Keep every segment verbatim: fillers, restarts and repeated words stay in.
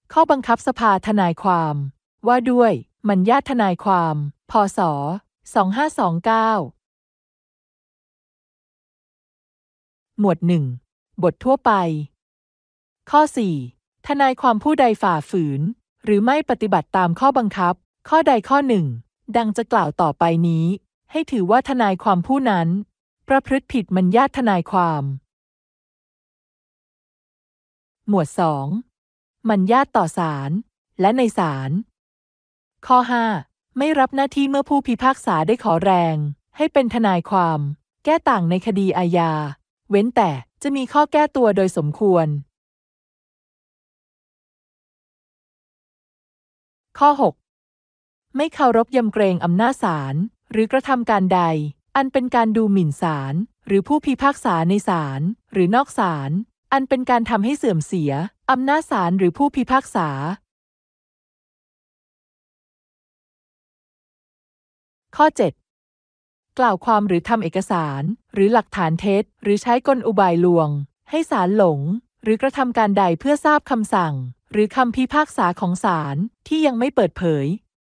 ข้อบังคับสภาทนายความ ว่าด้วยมัญญาติทนายความ พ.ศ. สองพันห้าร้อยยี่สิบเก้า หมวดหนึ่ง บททั่วไป ข้อ สี่ ทนายความผู้ใดฝ่าฝืน หรือไม่ปฏิบัติตามข้อบังคับ ข้อใดข้อหนึ่ง ดังจะกล่าวต่อไปนี้ ให้ถือว่าทนายความผู้นั้น ประพฤติผิดมัญญาติทนายความ หมวด สอง มัญญาติต่อศาล และในศาล ข้อ ห้า ไม่รับหน้าที่เมื่อผู้พิพากษาได้ขอแรง ให้เป็นทนายความ แก้ต่างในคดีอาญา เว้นแต่จะมีข้อแก้ตัวโดยสมควร ข้อ หก ไม่เคารพยำเกรงอำนาจศาล หรือกระทำการใด อันเป็นการดูหมิ่นศาล หรือผู้พิพากษาในศาล หรือนอกศาล อันเป็นการทำให้เสื่อมเสียอำนาจศาลหรือผู้พิพากษา ข้อ เจ็ด กล่าวความหรือทำเอกสาร หรือหลักฐานเท็จ หรือใช้กลอุบายลวง ให้ศาลหลง หรือกระทำการใดเพื่อทราบคำสั่ง หรือคำพิพากษาของศาลที่ยังไม่เปิดเผย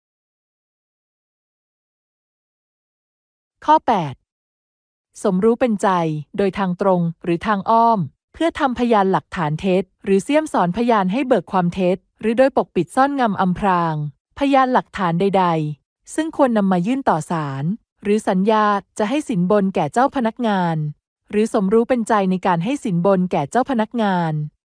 ข้อ แปด สมรู้เป็นใจ โดยทางตรงหรือทางอ้อม เพื่อทำพยานหลักฐานเท็จ หรือเสี้ยมสอนพยานให้เบิกความเท็จ หรือโดยปกปิดซ่อนงำอำพราง พยานหลักฐานใดๆ ซึ่งควรนำมายื่นต่อศาล หรือสัญญาจะให้สินบนแก่เจ้าพนักงาน หรือสมรู้เป็นใจในการให้สินบนแก่เจ้าพนักงาน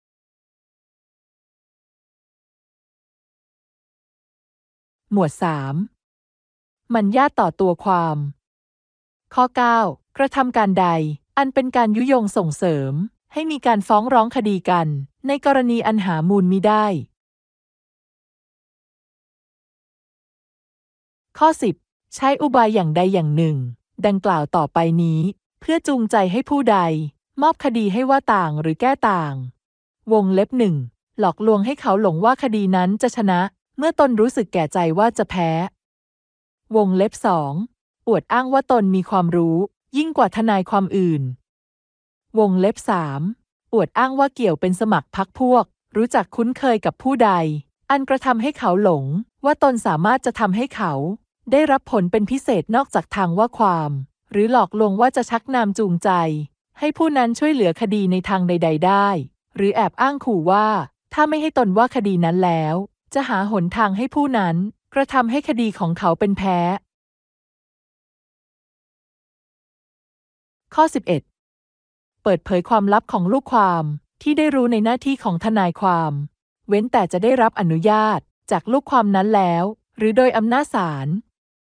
หมวด สาม มัญญาติต่อตัวความ ข้อ เก้า กระทำการใด อันเป็นการยุยงส่งเสริม ให้มีการฟ้องร้องคดีกัน ในกรณีอันหามูลมิได้ ข้อ สิบ ใช้อุบายอย่างใดอย่างหนึ่ง ดังกล่าวต่อไปนี้ เพื่อจูงใจให้ผู้ใด มอบคดีให้ว่าต่างหรือแก้ต่าง วงเล็บหนึ่ง หลอกลวงให้เขาหลงว่าคดีนั้นจะชนะ เมื่อตนรู้สึกแก่ใจว่าจะแพ้ วงเล็บสอง อวดอ้างว่าตนมีความรู้ ยิ่งกว่าทนายความอื่น วงเล็บสาม อวดอ้างว่าเกี่ยวเป็นสมัครพรรคพวก รู้จักคุ้นเคยกับผู้ใด อันกระทำให้เขาหลง ว่าตนสามารถจะทำให้เขา ได้รับผลเป็นพิเศษนอกจากทางว่าความ หรือหลอกลวงว่าจะชักนำจูงใจ ให้ผู้นั้นช่วยเหลือคดีในทางใดๆได้ หรือแอบอ้างขู่ว่า ถ้าไม่ให้ตนว่าคดีนั้นแล้ว จะหาหนทางให้ผู้นั้น กระทำให้คดีของเขาเป็นแพ้ ข้อ สิบเอ็ด เปิดเผยความลับของลูกความที่ได้รู้ในหน้าที่ของทนายความ เว้นแต่จะได้รับอนุญาตจากลูกความนั้นแล้ว หรือโดยอำนาจศาล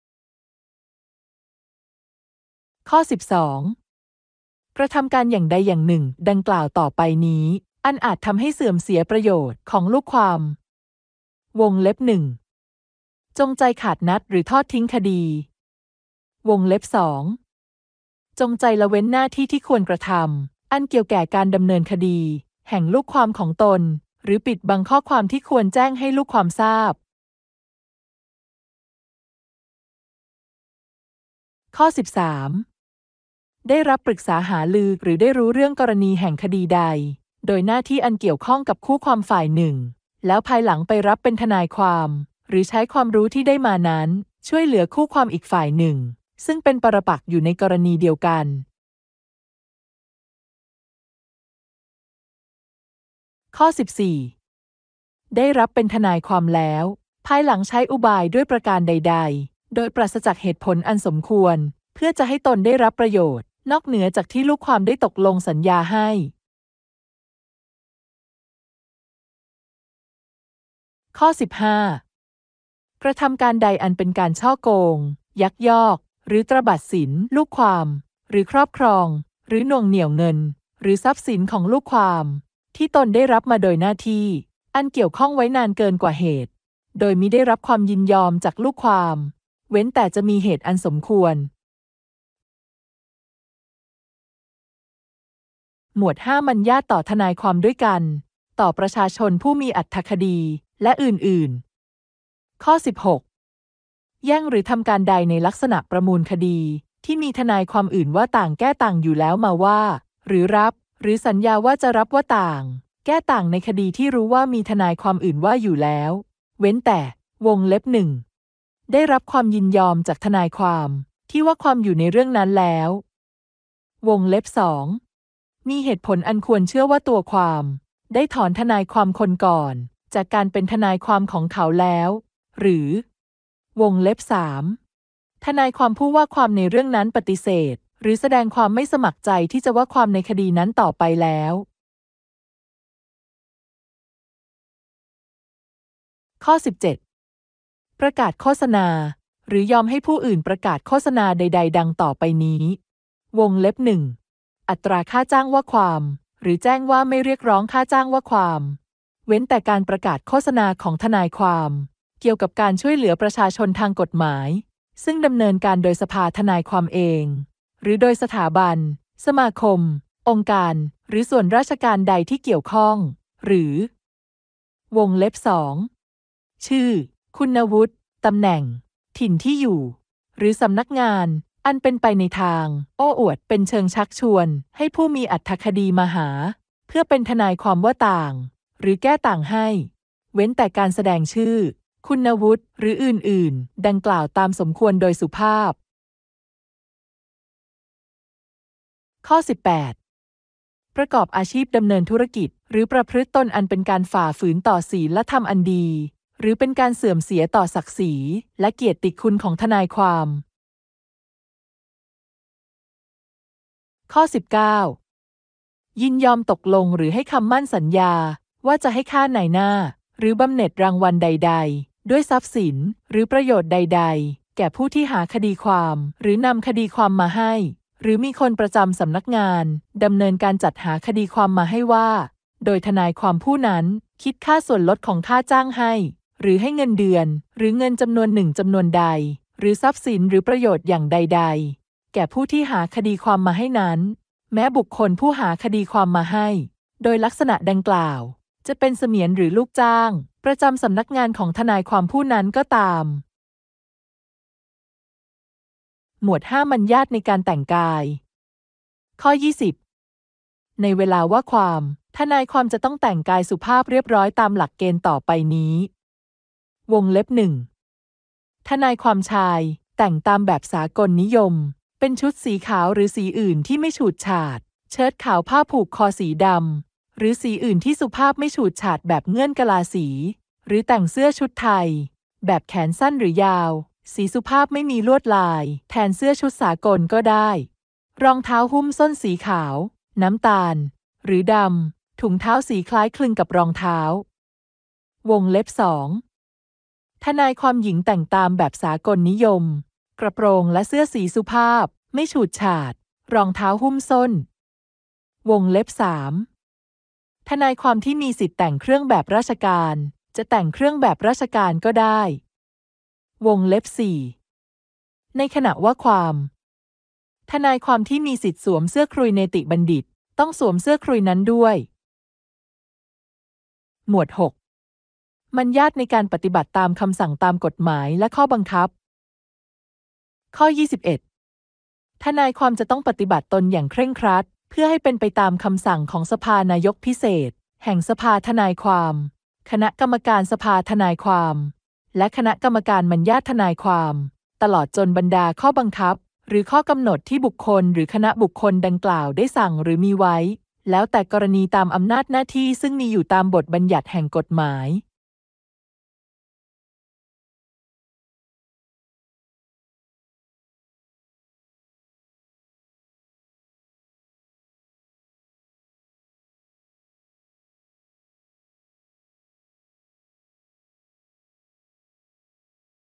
ข้อ สิบสอง กระทำการอย่างใดอย่างหนึ่ง ดังกล่าวต่อไปนี้ อันอาจทำให้เสื่อมเสียประโยชน์ของลูกความ วงเล็บหนึ่ง จงใจขาดนัดหรือทอดทิ้งคดี วงเล็บสอง จงใจละเว้นหน้าที่ที่ควรกระทำ อันเกี่ยวแก่การดำเนินคดี แห่งลูกความของตน หรือปิดบังข้อความที่ควรแจ้งให้ลูกความทราบ ข้อ สิบสาม ได้รับปรึกษาหารือหรือได้รู้เรื่องกรณีแห่งคดีใด โดยหน้าที่อันเกี่ยวข้องกับคู่ความฝ่ายหนึ่ง แล้วภายหลังไปรับเป็นทนายความ หรือใช้ความรู้ที่ได้มานั้น ช่วยเหลือคู่ความอีกฝ่ายหนึ่ง ซึ่งเป็นปรปักษ์อยู่ในกรณีเดียวกัน ข้อ สิบสี่ ได้รับเป็นทนายความแล้ว ภายหลังใช้อุบายด้วยประการใดๆ โดยปราศจากเหตุผลอันสมควร เพื่อจะให้ตนได้รับประโยชน์ นอกเหนือจากที่ลูกความได้ตกลงสัญญาให้ ข้อ สิบห้า กระทำการใดอันเป็นการฉ้อโกง ยักยอก หรือตระบัดสินลูกความ หรือครอบครอง หรือหน่วงเหนี่ยวเงิน หรือทรัพย์สินของลูกความ ที่ตนได้รับมาโดยหน้าที่ อันเกี่ยวข้องไว้นานเกินกว่าเหตุ โดยมิได้รับความยินยอมจากลูกความ เว้นแต่จะมีเหตุอันสมควร หมวด ห้า มัญญาติต่อทนายความด้วยกัน ต่อประชาชนผู้มีอรรถคดี และอื่นๆ ข้อ สิบหก แย่งหรือทำการใดในลักษณะประมูลคดี ที่มีทนายความอื่นว่าต่างแก้ต่างอยู่แล้วมาว่า หรือรับ หรือสัญญาว่าจะรับว่าต่างแก้ต่างในคดีที่รู้ว่ามีทนายความอื่นว่าอยู่แล้ว เว้นแต่วงเล็บหนึ่งได้รับความยินยอมจากทนายความที่ว่าความอยู่ในเรื่องนั้นแล้ว วงเล็บสองมีเหตุผลอันควรเชื่อว่าตัวความได้ถอนทนายความคนก่อนจากการเป็นทนายความของเขาแล้ว หรือ วงเล็บสามทนายความผู้ว่าความในเรื่องนั้นปฏิเสธหรือแสดงความไม่สมัครใจที่จะว่าความในคดีนั้นต่อไปแล้ว ข้อสิบเจ็ดประกาศโฆษณาหรือยอมให้ผู้อื่นประกาศโฆษณาใดๆดังต่อไปนี้ วงเล็บหนึ่งอัตราค่าจ้างว่าความหรือแจ้งว่าไม่เรียกร้องค่าจ้างว่าความเว้นแต่การประกาศโฆษณาของทนายความเกี่ยวกับการช่วยเหลือประชาชนทางกฎหมายซึ่งดำเนินการโดยสภาทนายความเองหรือโดยสถาบันสมาคมองค์การหรือส่วนราชการใดที่เกี่ยวข้องหรือวงเล็บสองชื่อคุณวุฒิตำแหน่งถิ่นที่อยู่หรือสำนักงานอันเป็นไปในทางโอ้อวดเป็นเชิงชักชวนให้ผู้มีอรรถคดีมาหาเพื่อเป็นทนายความว่าต่างหรือแก้ต่างให้เว้นแต่การแสดงชื่อคุณวุฒิหรืออื่นๆดังกล่าวตามสมควรโดยสุภาพ ข้อสิบแปดประกอบอาชีพดำเนินธุรกิจหรือประพฤติตนอันเป็นการฝ่าฝืนต่อศีลธรรมอันดีหรือเป็นการเสื่อมเสียต่อศักดิ์ศรีและเกียรติคุณของทนายความข้อสิบเก้ายินยอมตกลงหรือให้คำมั่นสัญญาว่าจะให้ค่านายหน้าหรือบำเหน็จรางวัลใดๆด้วยทรัพย์สินหรือประโยชน์ใดๆแก่ผู้ที่หาคดีความหรือนำคดีความมาให้หรือมีคนประจำสำนักงานดำเนินการจัดหาคดีความมาให้ว่าโดยทนายความผู้นั้นคิดค่าส่วนลดของค่าจ้างให้หรือให้เงินเดือนหรือเงินจำนวนหนึ่งจำนวนใดหรือทรัพย์สินหรือประโยชน์อย่างใดๆแก่ผู้ที่หาคดีความมาให้นั้นแม้บุคคลผู้หาคดีความมาให้โดยลักษณะดังกล่าวจะเป็นเสมียนหรือลูกจ้างประจำสำนักงานของทนายความผู้นั้นก็ตามหมวดห้ามัญญาติในการแต่งกายข้อยี่สิบในเวลาว่าความทนายความจะต้องแต่งกายสุภาพเรียบร้อยตามหลักเกณฑ์ต่อไปนี้วงเล็บหนึ่งทนายความชายแต่งตามแบบสากลนิยมเป็นชุดสีขาวหรือสีอื่นที่ไม่ฉูดฉาดเชิ้ตขาวผ้าผูกคอสีดำหรือสีอื่นที่สุภาพไม่ฉูดฉาดแบบเงื่อนกะลาสีหรือแต่งเสื้อชุดไทยแบบแขนสั้นหรือยาวสีสุภาพไม่มีลวดลายแทนเสื้อชุดสากลก็ได้รองเท้าหุ้มส้นสีขาวน้ำตาลหรือดำถุงเท้าสีคล้ายคลึงกับรองเท้าวงเล็บสองทนายความหญิงแต่งตามแบบสากลนิยมกระโปรงและเสื้อสีสุภาพไม่ฉูดฉาดรองเท้าหุ้มส้นวงเล็บสามทนายความที่มีสิทธิ์แต่งเครื่องแบบราชการจะแต่งเครื่องแบบราชการก็ได้วงเล็บสี่ในขณะว่าความทนายความที่มีสิทธิ์สวมเสื้อคลุยเนติบัณฑิตต้องสวมเสื้อคลุยนั้นด้วยหมวดหกมัญญาติในการปฏิบัติตามคำสั่งตามกฎหมายและข้อบังคับข้อยี่สิบเอ็ดทนายความจะต้องปฏิบัติตนอย่างเคร่งครัดเพื่อให้เป็นไปตามคำสั่งของสภานายกพิเศษแห่งสภาทนายความคณะกรรมการสภาทนายความและคณะกรรมการมัญญาติทนายความตลอดจนบรรดาข้อบังคับหรือข้อกำหนดที่บุคคลหรือคณะบุคคลดังกล่าวได้สั่งหรือมีไว้แล้วแต่กรณีตามอำนาจหน้าที่ซึ่งมีอยู่ตามบทบัญญัติแห่งกฎหมาย